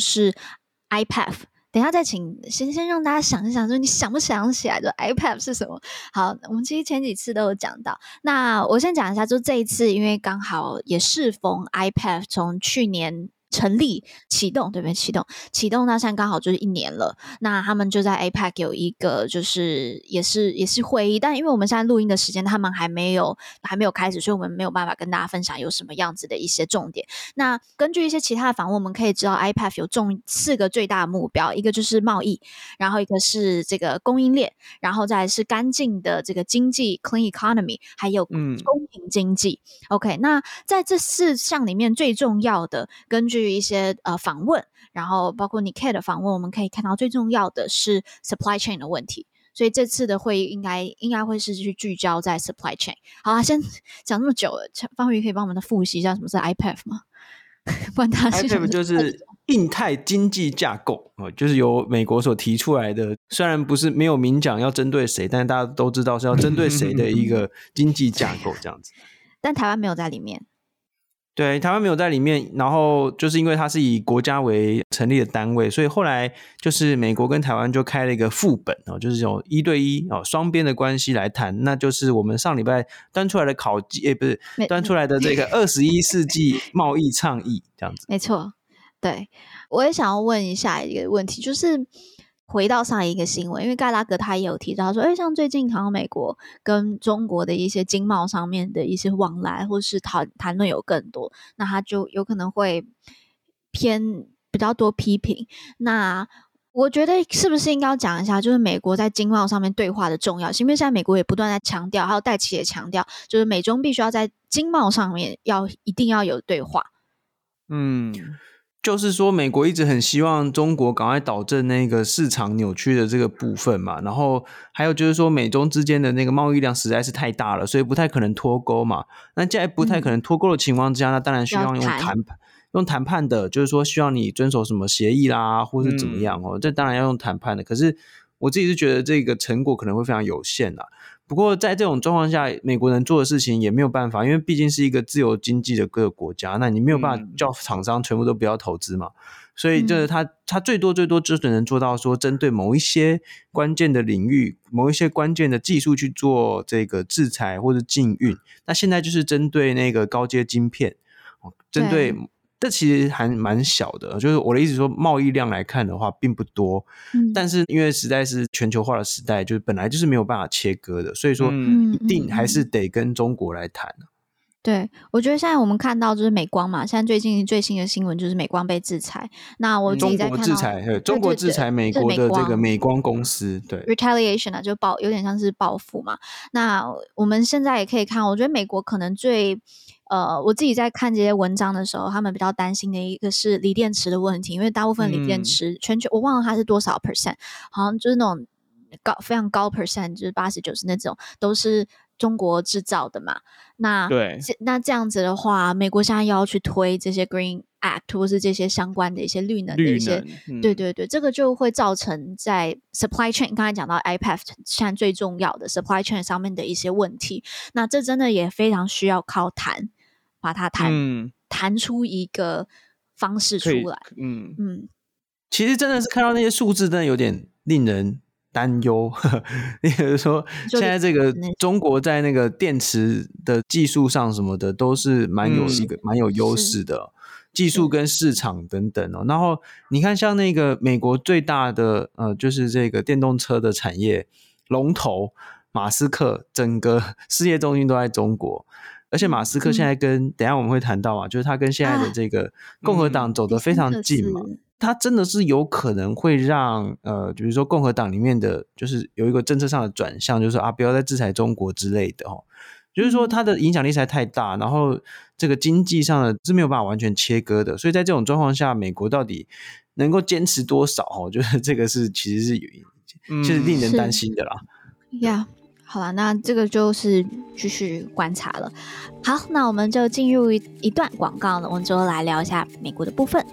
IPEF。等一下再请先让大家想一想，说你想不想起来就 IPEF 是什么？好，我们其实前几次都有讲到。那我先讲一下，就这一次，因为刚好也适逢 IPEF 从去年成立启动，对不对？启动到现在刚好就是1年了。那他们就在 APEC 有一个就是也是会议，但因为我们现在录音的时间他们还没有开始，所以我们没有办法跟大家分享有什么样子的一些重点。那根据一些其他的访问，我们可以知道 IPEF 有4个最大的目标，一个就是贸易，然后一个是这个供应链，然后再来是干净的这个经济 clean economy， 还有公平经济。OK， 那在这4项里面最重要的，根据一些访问，然后包括 Nikkei 的访问，我们可以看到最重要的是 supply chain 的问题。所以这次的会议应该会是去聚焦在 supply chain。好啊，先讲那么久了，方瑜可以帮我们复习一下什么是 IPEF 吗？不然他 IPEF 就是印太经济架构就是由美国所提出来的，虽然不是没有明讲要针对谁，但是大家都知道是要针对谁的一个经济架构这样子。 但台湾没有在里面。 对，台湾没有在里面，然后就是因为它是以国家为成立的单位，所以后来就是美国跟台湾就开了一个副本就是有1对1双边的关系来谈，那就是我们上礼拜端出来的端出来的这个21世纪贸易倡议这样子。 没错，对，我也想要问一下一个问题，就是回到上一个新闻，因为盖拉格他也有提到说，像最近好像美国跟中国的一些经贸上面的一些往来，或是谈论有更多，那他就有可能会偏比较多批评。那我觉得是不是应该要讲一下，就是美国在经贸上面对话的重要性？因为现在美国也不断在强调，还有戴琪也强调，就是美中必须要在经贸上面一定要有对话。 就是说美国一直很希望中国赶快导正那个市场扭曲的这个部分嘛，然后还有就是说美中之间的那个贸易量实在是太大了，所以不太可能脱钩嘛。那既然不太可能脱钩的情况之下，那当然需要用谈判的，就是说希望你遵守什么协议啦，或是怎么样这当然要用谈判的。可是我自己是觉得这个成果可能会非常有限啦。不过在这种状况下，美国能做的事情也没有办法，因为毕竟是一个自由经济的各个国家，那你没有办法叫厂商全部都不要投资嘛。所以就是他最多就只能做到说，针对某一些关键的领域、某一些关键的技术去做这个制裁或者禁运。那现在就是针对那个高阶晶片，针对。这其实还蛮小的，就是我的意思说，贸易量来看的话并不多，但是因为实在是全球化的时代，就是本来就是没有办法切割的，所以说一定还是得跟中国来谈。 对，我觉得现在我们看到就是美光嘛，现在最近最新的新闻就是美光被制裁。那我自己在看到中国制裁美国的这个美光公司，对 retaliation 啊，就有点像是报复嘛。那我们现在也可以看，我觉得美国可能我自己在看这些文章的时候，他们比较担心的一个是锂电池的问题，因为大部分锂电池全球我忘了它是多少 percent， 好像就是那种非常高 percent， 就是80-90%那种都是中国制造的嘛。那这样子的话，美国现在要去推这些 Green Act 或是这些相关的一些绿能的一些，对，这个就会造成在 supply chain 刚才讲到 IPEF 现在最重要的 supply chain 上面的一些问题。那这真的也非常需要靠把它谈出一个方式出来。 其实真的是看到那些数字，真的有点令人担忧。也就是说，现在这个中国在那个电池的技术上什么的，都是蛮有优势的。技术跟市场等等然后你看像那个美国最大的就是这个电动车的产业龙头马斯克，整个事业重心都在中国。而且马斯克现在等一下我们会谈到嘛，就是他跟现在的这个共和党走得非常近嘛，他真的是有可能会让比如说共和党里面的就是有一个政策上的转向，就是说不要再制裁中国之类的就是说他的影响力实在太大，然后这个经济上的是没有办法完全切割的，所以在这种状况下，美国到底能够坚持多少就是这个是其实是就是令人担心的啦。 好啦，那这个就是继续观察了。好，那我们就进入一段广告了，我们之后来聊一下美国的部分。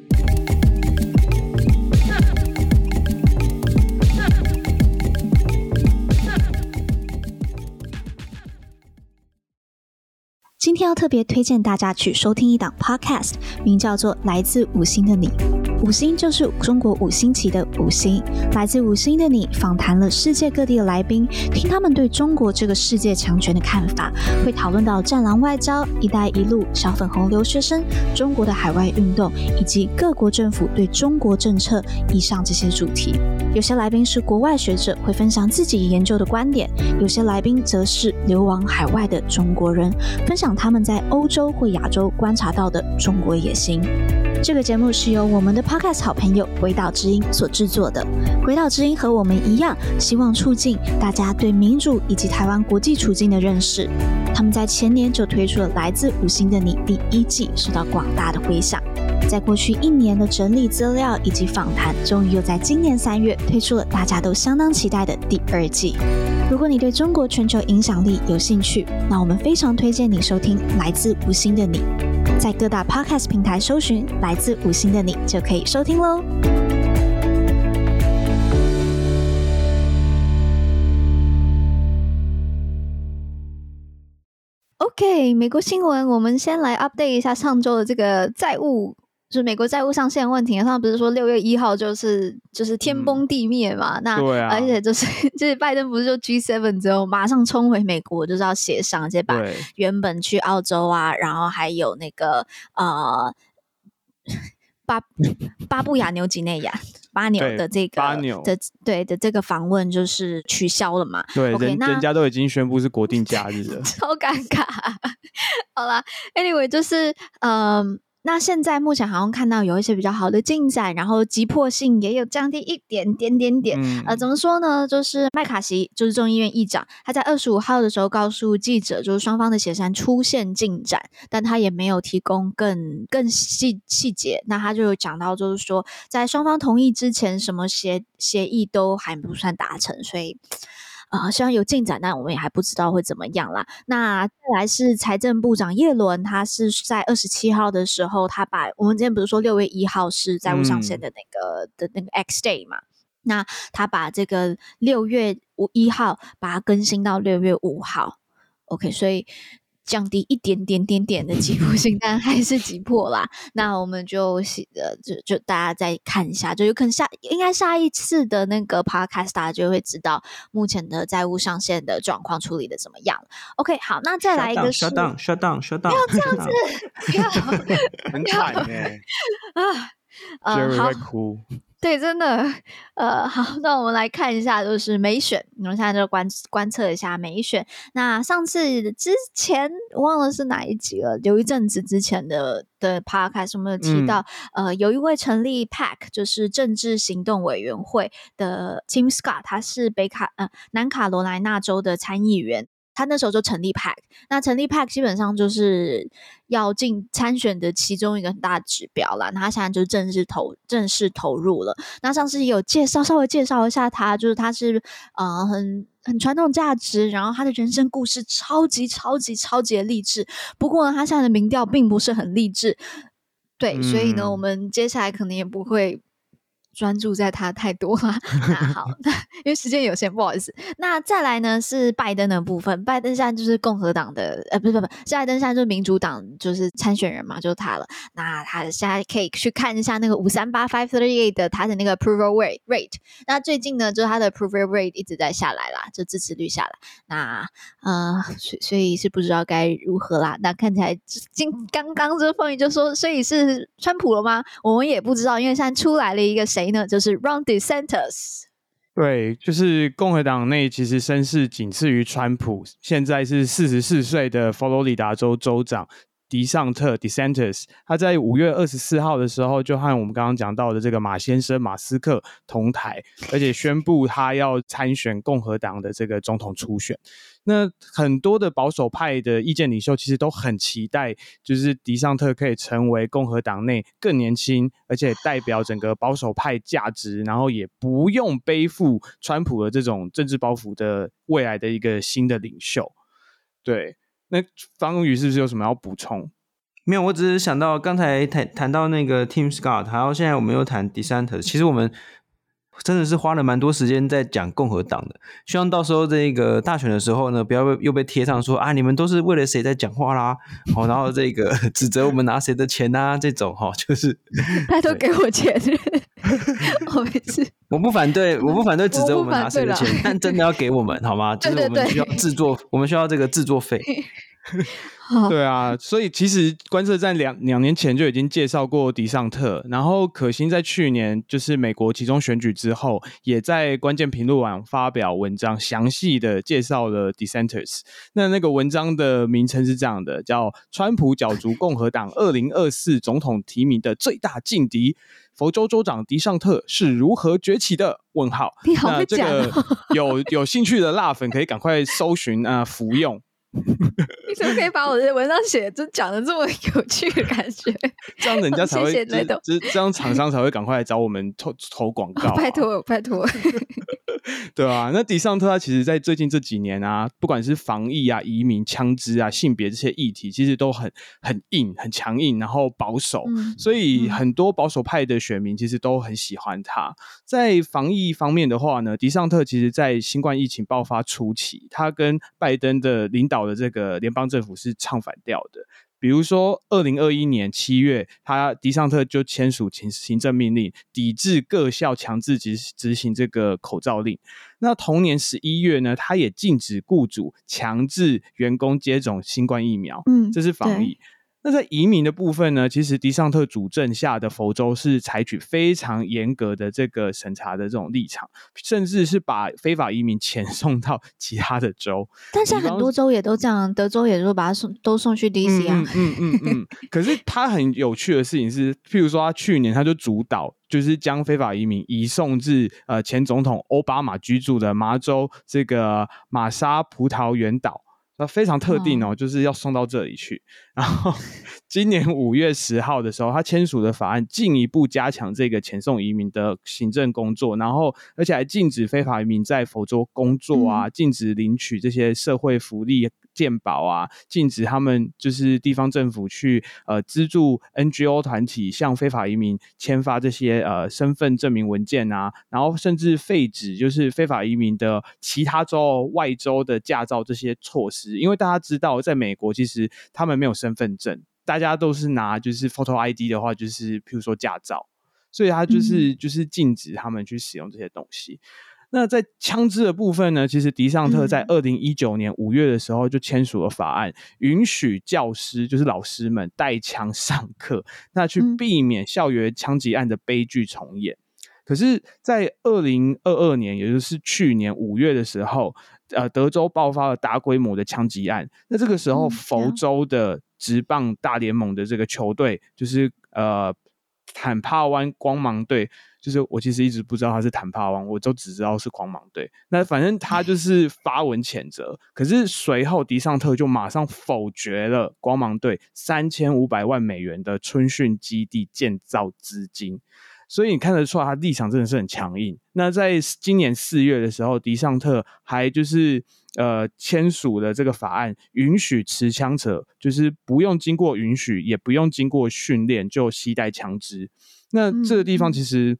今天要特别推荐大家去收听一档 podcast， 名叫做《来自五星的你》。五星就是中国五星旗的五星，来自五星的你访谈了世界各地的来宾，听他们对中国这个世界强权的看法，会讨论到战狼外交、一带一路、小粉红留学生、中国的海外运动以及各国政府对中国政策以上这些主题。有些来宾是国外学者，会分享自己研究的观点，有些来宾则是流亡海外的中国人，分享他们在欧洲或亚洲观察到的中国野心。这个节目是由我们的 Podcast 好朋友鬼岛之音所制作的。鬼岛之音和我们一样，希望促进大家对民主以及台湾国际处境的认识。他们在前年就推出了《来自五星的你》第1季，受到广大的回响。在过去1年的整理资料以及访谈，终于又在今年3月推出了大家都相当期待的第2季。如果你对中国全球影响力有兴趣，那我们非常推荐你收听《来自五星的你》。在各大 Podcast 平台搜寻《来自五星的你》就可以收听咯。OK， 美国新闻，我们先来 update 一下上周的这个债务，就是美国债务上限问题。他们不是说6月1号就是天崩地灭嘛？那对啊， 而且就是拜登不是就 G7 之后马上冲回美国，就是要协商，直接把原本去澳洲啊，然后还有那个巴布亚纽几内亚巴纽的这个的这个访问就是取消了嘛？ 对， okay， 人家都已经宣布是国定假日了， 超尴尬。好啦 ，anyway， 就是那现在目前好像看到有一些比较好的进展，然后急迫性也有降低一点点。怎么说呢？就是麦卡锡，就是众议院议长，他在25号的时候告诉记者，就是双方的协商出现进展，但他也没有提供更细节。那他就有讲到，就是说在双方同意之前，什么协议都还不算达成，所以。希望有进展，但我们也还不知道会怎么样啦。那再来是财政部长耶伦，他是在27号的时候，他把我们之前不是说6月1号是债务上限的那个 X day 嘛？那他把这个6月1号把它更新到6月5号 ，OK， 所以降低一点点的急迫性，但还是急迫啦。那我们就大家再看一下，就有可能应该下一次的那个 podcast 大家就会知道目前的债务上限的状况处理的怎么样了。OK， 好，那再来一个是 shut down， 不要这样子， 很惨欸，Jerry 会哭。 对，真的，好，那我们来看一下，就是美选，我们现在就观测一下美选。那上次之前忘了是哪一集了，有一阵子之前的 podcast 我们有提到，有一位成立 PAC 就是政治行动委员会的 Tim Scott， 他是南卡罗来纳州的参议员。他那时候就成立 PAC， 那成立 PAC 基本上就是要参选的其中一个很大的指标啦。那他现在就正式投入了。那上次也有稍微介绍一下他，就是他是很传统价值，然后他的人生故事超级的励志。不过呢，他现在的民调并不是很励志，对，所以呢，我们接下来可能也不会专注在他太多啦。那好，因为时间有限，不好意思。那再来呢是拜登的部分，拜登现在就是共和党的，不，拜登现在就是民主党就是参选人嘛，就是他了。那他现在可以去看一下那个538-538的他的那个 approval rate。那最近呢，就是他的 approval rate 一直在下来啦，就支持率下来。那所以是不知道该如何啦。那看起来刚刚这风雨就说，所以是川普了吗？我们也不知道，因为现在出来了一个谁呢？就是 Ron DeSantis。 对，就是共和党内其实声势仅次于川普，现在是44岁的佛罗里达州州长迪尚特 DeSantis， 他在5月24号的时候就和我们刚刚讲到的这个马先生马斯克同台，而且宣布他要参选共和党的这个总统初选。那很多的保守派的意见领袖其实都很期待，就是迪尚特可以成为共和党内更年轻，而且代表整个保守派价值，然后也不用背负川普的这种政治包袱的未来的一个新的领袖。对，那方宇是不是有什么要补充？ 没有，我只是想到刚才谈到那个 Tim Scott， 然后现在我们又谈 DeSantis， 其实我们真的是花了蛮多时间在讲共和党的，希望到时候这个大选的时候呢，不要又被贴上说啊，你们都是为了谁在讲话啦，然后这个指责我们拿谁的钱啊，这种就是他都给我钱，我没事， 我不反对指责我们拿谁的钱，但真的要给我们好吗？就是我们需要制作，我们需要这个制作费。 对啊，所以其实观测站两年前就已经介绍过迪尚特，然后可欣在去年就是美国期中选举之后，也在关键评论网发表文章，详细的介绍了 DeSantis。那个文章的名称是这样的，叫《川普角逐共和党2024总统提名的最大劲敌》。佛州州长迪尚特是如何崛起的？问号。 你好会讲哦， 那这个有兴趣的辣粉可以赶快搜寻服用。 你怎么可以把我的文章写就讲的这么有趣的感觉？ 这样人家才会， 谢谢这样厂商才会赶快来找我们投广告、啊。 拜托。 对啊，那迪尚特他其实在最近这几年啊，不管是防疫啊、移民、枪支啊、性别这些议题，其实都很硬、很强硬，然后保守，所以很多保守派的选民其实都很喜欢他。在防疫方面的话呢，迪尚特其实在新冠疫情爆发初期，他跟拜登的领导的这个联邦政府是唱反调的。比如说2021年7月，迪尚特就签署行政命令，抵制各校强制执行这个口罩令。那同年11月呢，他也禁止雇主强制员工接种新冠疫苗，这是防疫。 那在移民的部分呢，其实迪尚特主政下的佛州是采取非常严格的这个审查的这种立场，甚至是把非法移民遣送到其他的州。 但是很多州也都这样，德州也都把它都送去 DC 啊。 可是他很有趣的事情是，譬如说他去年他就主导，就是将非法移民移送至前总统奥巴马居住的麻州这个马沙葡萄园岛。非常特定就是要送到这里去。然后今年5月10号的时候，他签署的法案进一步加强这个遣送移民的行政工作，然后而且还禁止非法移民在佛州工作啊，禁止领取这些社会福利健保啊，禁止他们就是地方政府去资助 NGO 团体向非法移民签发这些身份证明文件啊，然后甚至废止就是非法移民的其他州外州的驾照这些措施。因为大家知道在美国其实他们没有身份证，大家都是拿就是 photo ID 的话就是譬如说驾照，所以他就是禁止他们去使用这些东西。那在枪支的部分呢，其实迪尚特在2019年5月的时候就签署了法案，允许教师就是老师们带枪上课，那去避免校园枪击案的悲剧重演。可是在2022年也就是去年5月的时候，德州爆发了大规模的枪击案。那这个时候佛州的职棒大联盟的这个球队就是坦帕湾光芒队，就是我其实一直不知道他是坦帕湾，我都只知道是光芒队。那反正他就是发文谴责，可是随后迪尚特就马上否决了光芒队3500万美元的春训基地建造资金。所以你看得出来他立场真的是很强硬。那在今年4月的时候，迪尚特还就是签署了这个法案，允许持枪者就是不用经过允许也不用经过训练就携带枪支。那这个地方其实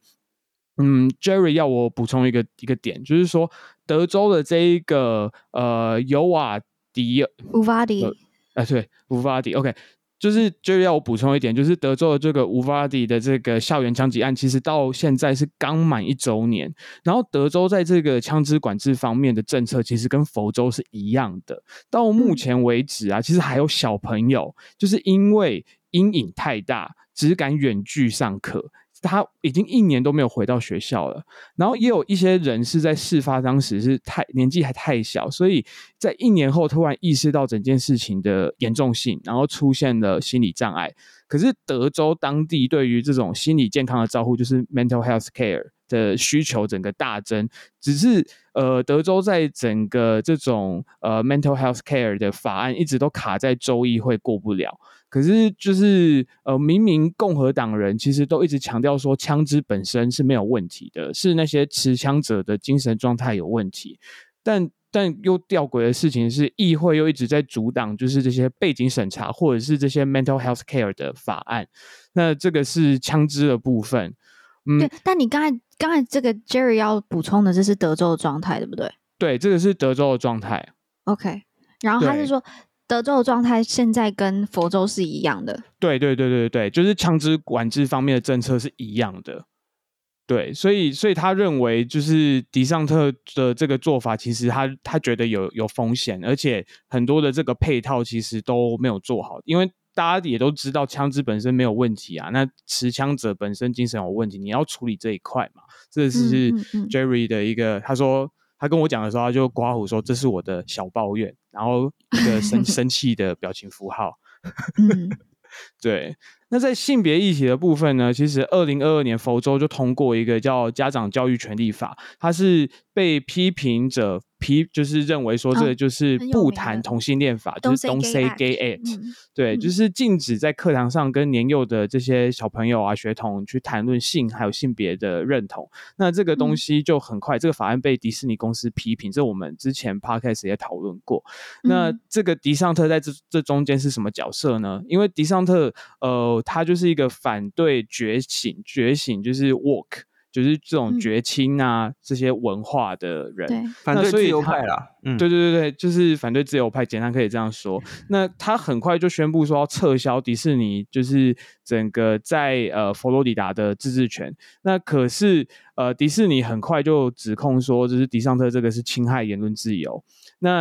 Jerry 要我补充一个点，就是说德州的这一个尤瓦迪乌瓦迪对乌瓦迪 OK，就是要我补充一点，就是德州的这个乌瓦迪的这个校园枪击案，其实到现在是刚满1周年。然后德州在这个枪支管制方面的政策，其实跟佛州是一样的。到目前为止啊，其实还有小朋友就是因为阴影太大，只敢远距上课。他已经1年都没有回到学校了，然后也有一些人是在事发当时是年纪还太小，所以在1年后突然意识到整件事情的严重性，然后出现了心理障碍。可是德州当地对于这种心理健康的照护，就是 mental health care 的需求整个大增，只是德州在整个这种mental health care 的法案一直都卡在州议会过不了。可是就是明明共和党人其实都一直强调说枪支本身是没有问题的，是那些持枪者的精神状态有问题，但又吊诡的事情是议会又一直在阻挡就是这些背景审查或者是这些 mental health care 的法案。那这个是枪支的部分。 对，但你刚才这个 Jerry 要补充的这是德州的状态对不对？ 对，这个是德州的状态。 OK， 然后他是说德州的状态现在跟佛州是一样的。对， 就是枪支管制方面的政策是一样的。对，所以他认为就是迪尚特的这个做法，其实他觉得有风险，而且很多的这个配套其实都没有做好，因为大家也都知道枪支本身没有问题啊，那持枪者本身精神有问题，你要处理这一块嘛。这是 Jerry 的一个，他说他跟我讲的时候，他就刮胡说这是我的小抱怨，然后一个生气的表情符号。对，那在性别议题的部分呢，其实2022年佛州就通过一个叫家长教育权利法，它是被批评者就是认为说这个就是不谈同性恋法，就是 Don't say gay act。对，就是禁止在课堂上跟年幼的这些小朋友啊学童去谈论性还有性别的认同。那这个东西就很快，这个法案被迪士尼公司批评，这我们之前 podcast 也讨论过。那这个迪尚特在这中间是什么角色呢？因为迪尚特他就是一个反对觉醒就是 woke， 就是这种觉青啊这些文化的人， 对， 反对自由派啦。 对，就是反对自由派，简单可以这样说。那他很快就宣布说要撤销迪士尼就是整个在佛罗里达的自治权。那可是迪士尼很快就指控说就是迪尚特这个是侵害言论自由。那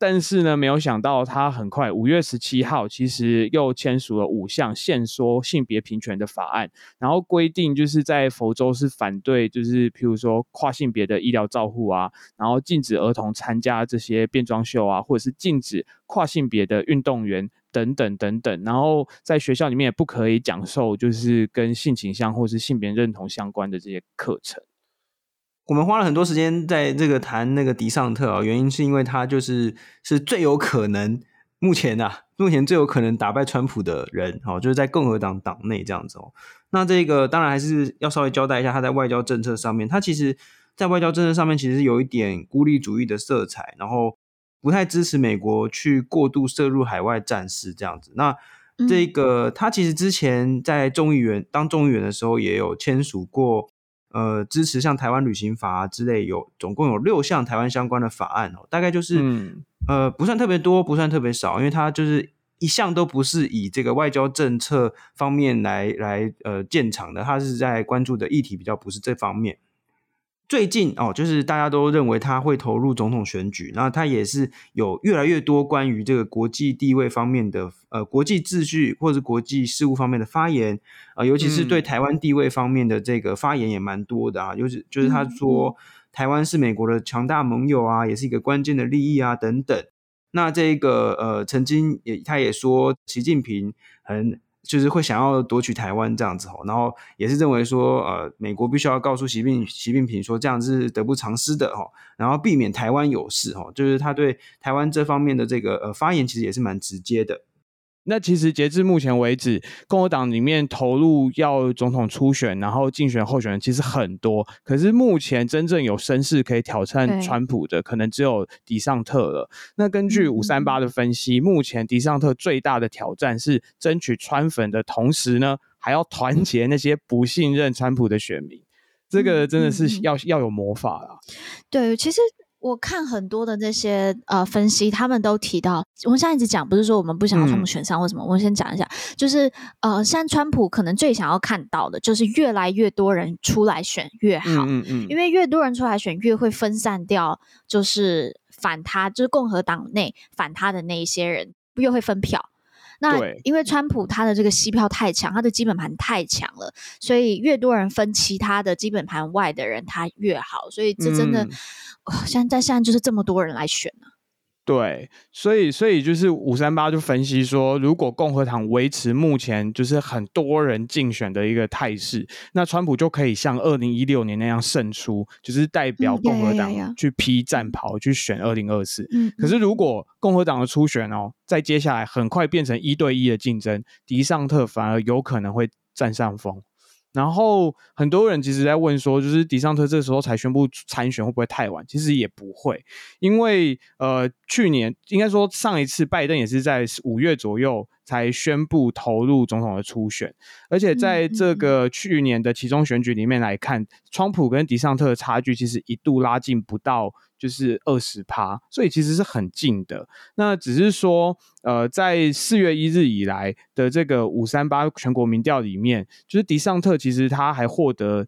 但是呢，没有想到他很快5月17号，其实又签署了5项限缩性别平权的法案，然后规定就是在佛州是反对，就是譬如说跨性别的医疗照护啊，然后禁止儿童参加这些变装秀啊，或者是禁止跨性别的运动员等等等等，然后在学校里面也不可以讲授就是跟性倾向或是性别认同相关的这些课程。 我们花了很多时间在这个谈那个迪尚特原因是因为他是最有可能目前最有可能打败川普的人就是在共和党党内这样子那这个当然还是要稍微交代一下他在外交政策上面，他其实在外交政策上面其实有一点孤立主义的色彩，然后不太支持美国去过度涉入海外战事这样子。那这个他其实之前在当众议员的时候也有签署过支持像台湾旅行法之类，总共有6项台湾相关的法案大概就是不算特别多，不算特别少，因为它就是一项都不是以这个外交政策方面来建厂的，它是在关注的议题比较不是这方面。最近就是大家都认为他会投入总统选举，那他也是有越来越多关于这个国际地位方面的国际秩序或者国际事务方面的发言尤其是对台湾地位方面的这个发言也蛮多的就是他说台湾是美国的强大盟友也是一个关键的利益等等。那这个曾经他也说习近平就是会想要夺取台湾这样子然后也是认为说美国必须要告诉习近平说这样是得不偿失的然后避免台湾有事就是他对台湾这方面的这个发言其实也是蛮直接的。 那其实截至目前为止，共和党里面投入要总统初选然后竞选候选人其实很多，可是目前真正有声势可以挑战川普的可能只有迪尚特了。那根据538的分析，目前迪尚特最大的挑战是争取川粉的同时呢，还要团结那些不信任川普的选民，这个真的是要有魔法啦。 对，其实我看很多的这些分析，他们都提到，我们现在一直讲，不是说我们不想要川普选上或什么，我们先讲一下，就是现在川普可能最想要看到的就是越来越多人出来选越好，因为越多人出来选越会分散掉，就是反他，就是共和党内反他的那一些人，越会分票。那因为川普他的这个吸票太强，他的基本盘太强了，所以越多人分其他的基本盘外的人他越好，所以这真的现在就是这么多人来选对，所以就是538就分析说，如果共和党维持目前就是很多人竞选的一个态势，那川普就可以像2016年那样胜出，就是代表共和党去披战袍去选2024。可是如果共和党的初选在接下来很快变成1对1的竞争，迪尚特反而有可能会占上风。然后很多人其实在问说，就是迪尚特这时候才宣布参选会不会太晚？其实也不会，因为去年应该说上一次拜登也是在5月左右才宣布投入总统的初选，而且在这个去年的期中选举里面来看，川普跟迪尚特的差距其实一度拉近不到就是20%，所以其实是很近的。那只是说在4月1日以来的这个538全国民调里面，就是迪尚特其实他还获得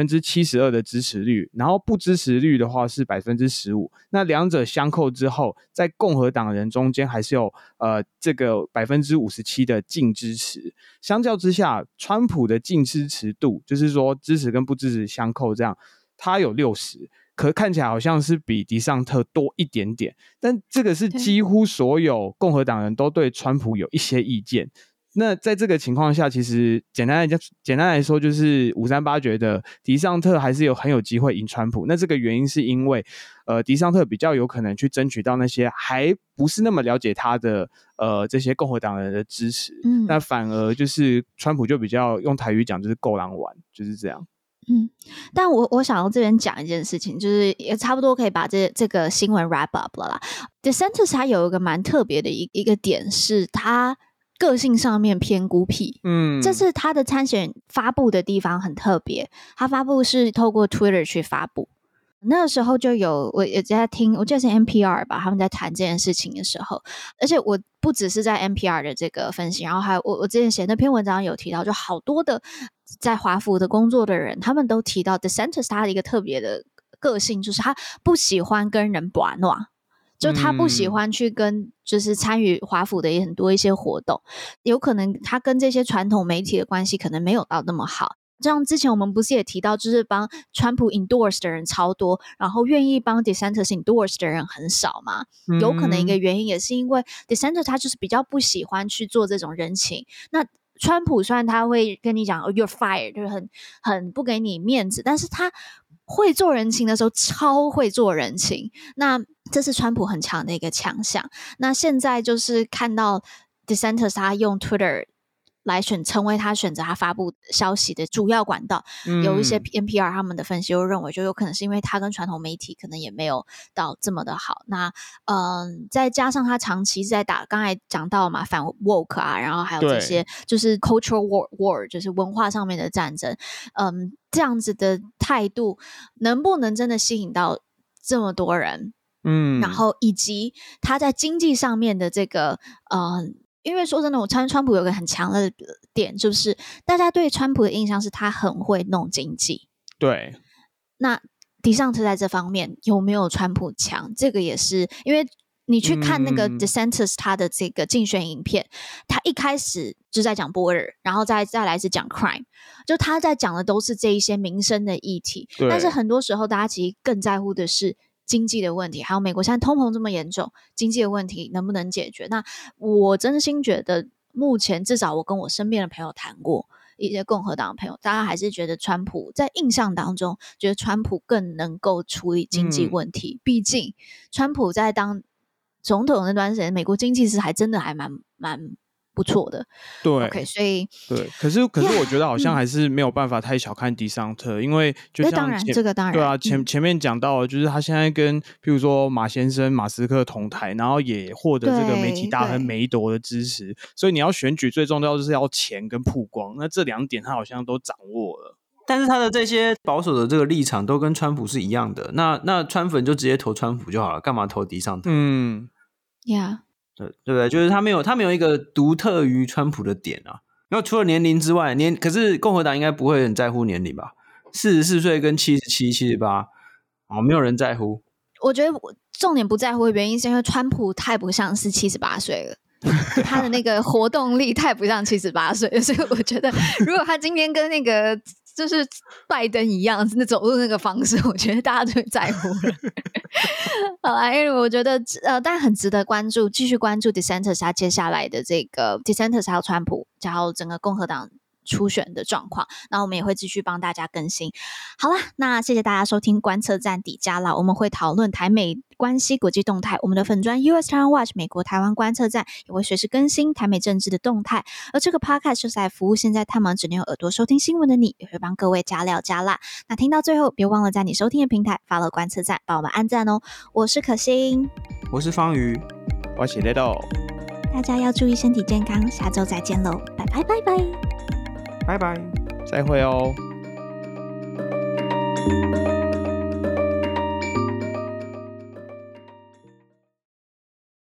72%的支持率，然后不支持率的话是15%。那两者相扣之后，在共和党人中间还是有这个57%的净支持。相较之下，川普的净支持度，就是说支持跟不支持相扣这样，他有60%。可看起来好像是比迪尚特多一点点，但这个是几乎所有共和党人都对川普有一些意见。那在这个情况下，其实简单来说，就是538觉得迪尚特还是很有机会赢川普。那这个原因是因为迪尚特比较有可能去争取到那些还不是那么了解他的这些共和党人的支持，那反而就是川普就比较用台语讲就是够人玩，就是这样。 但我想要这边讲一件事情，就是也差不多可以把这个新闻 wrap up 了啦。DeSantis 他有一个蛮特别的一个点是，他个性上面偏孤僻。这次他的参选发布的地方很特别，他发布是透过 Twitter 去发布。那个时候就有我也在听，我记得是 NPR 吧，他们在谈这件事情的时候，而且我不只是在 NPR 的这个分析，然后还有我之前写那篇文章有提到，就好多的在华府的工作的人，他们都提到 DeSantis 他的一个特别的个性，就是他不喜欢跟人把闹。 就他不喜欢去跟就是参与华府的也很多一些活动，有可能他跟这些传统媒体的关系可能没有到那么好。像之前我们不是也提到，就是帮川普 endorse 的人超多，然后愿意帮 DeSantis endorse 的人很少嘛？有可能一个原因也是因为 DeSantis 他就是比较不喜欢去做这种人情。那川普虽然他会跟你讲 you're fired， 就是很不给你面子，但是他会做人情的时候超会做人情，那这是川普很强的一个强项。那现在就是看到 DeSantis 他用 Twitter来成为他选择他发布消息的主要管道，有一些 NPR 他们的分析又认为，就有可能是因为他跟传统媒体可能也没有到这么的好。那再加上他长期在打，刚才讲到嘛，反 woke 啊，然后还有这些就是 cultural war 就是文化上面的战争，这样子的态度能不能真的吸引到这么多人？然后以及他在经济上面的这个因为说真的，我川普有个很强的点，就是大家对川普的印象是他很会弄经济。 对， 那DeSantis在这方面有没有川普强？这个也是因为你去看那个 DeSantis 他的这个竞选影片，他一开始就在讲 border， 然后再来是讲 crime， 就他在讲的都是这一些民生的议题，但是很多时候大家其实更在乎的是经济的问题，还有美国现在通膨这么严重，经济的问题能不能解决？那我真心觉得，目前至少我跟我身边的朋友谈过，一些共和党的朋友，大家还是觉得川普在印象当中，觉得川普更能够处理经济问题。毕竟川普在当总统那段时间，美国经济是还真的还蛮不错的。 对 ，OK， 所以对，可是我觉得好像还是没有办法太小看DeSantis，因为就像当然这个当然对啊，前面讲到，就是他现在跟譬如说马先生马斯克同台，然后也获得这个媒体大亨梅朵的支持，所以你要选举最重要就是要钱跟曝光，那这两点他好像都掌握了。 但是他的这些保守的这个立场都跟川普是一样的，那川粉就直接投川普就好了，干嘛投DeSantis？对不对？就是他没有一个独特于川普的点啊。然后除了年龄之外，可是共和党应该不会很在乎年龄吧？44岁跟77、78，没有人在乎。 我觉得重点不在乎的原因是因为川普太不像是78岁了。他的那个活动力太不像78岁了，所以我觉得如果他今天跟那个就是拜登一样那走路那个方式，我觉得大家就会在乎了。好啦，因为我觉得但很值得关注，继续关注 DeSantis 他接下来的这个 DeSantis 还有川普然后整个共和党初选的状况，那我们也会继续帮大家更新。好啦，那谢谢大家收听观测站底加啦，我们会讨论台美关系国际动态，我们的粉专 US Taiwan Watch 美国台湾观测站也会随时更新台美政治的动态，而这个 podcast 就是来服务现在太忙只能用耳朵收听新闻的你，也会帮各位加料加辣。那听到最后别忘了在你收听的平台 follow 观测站，帮我们按赞哦。我是可心， 我是方瑜， 我是雷豆， 大家要注意身体健康，下周再见喽，拜拜拜拜拜拜， 再会哦。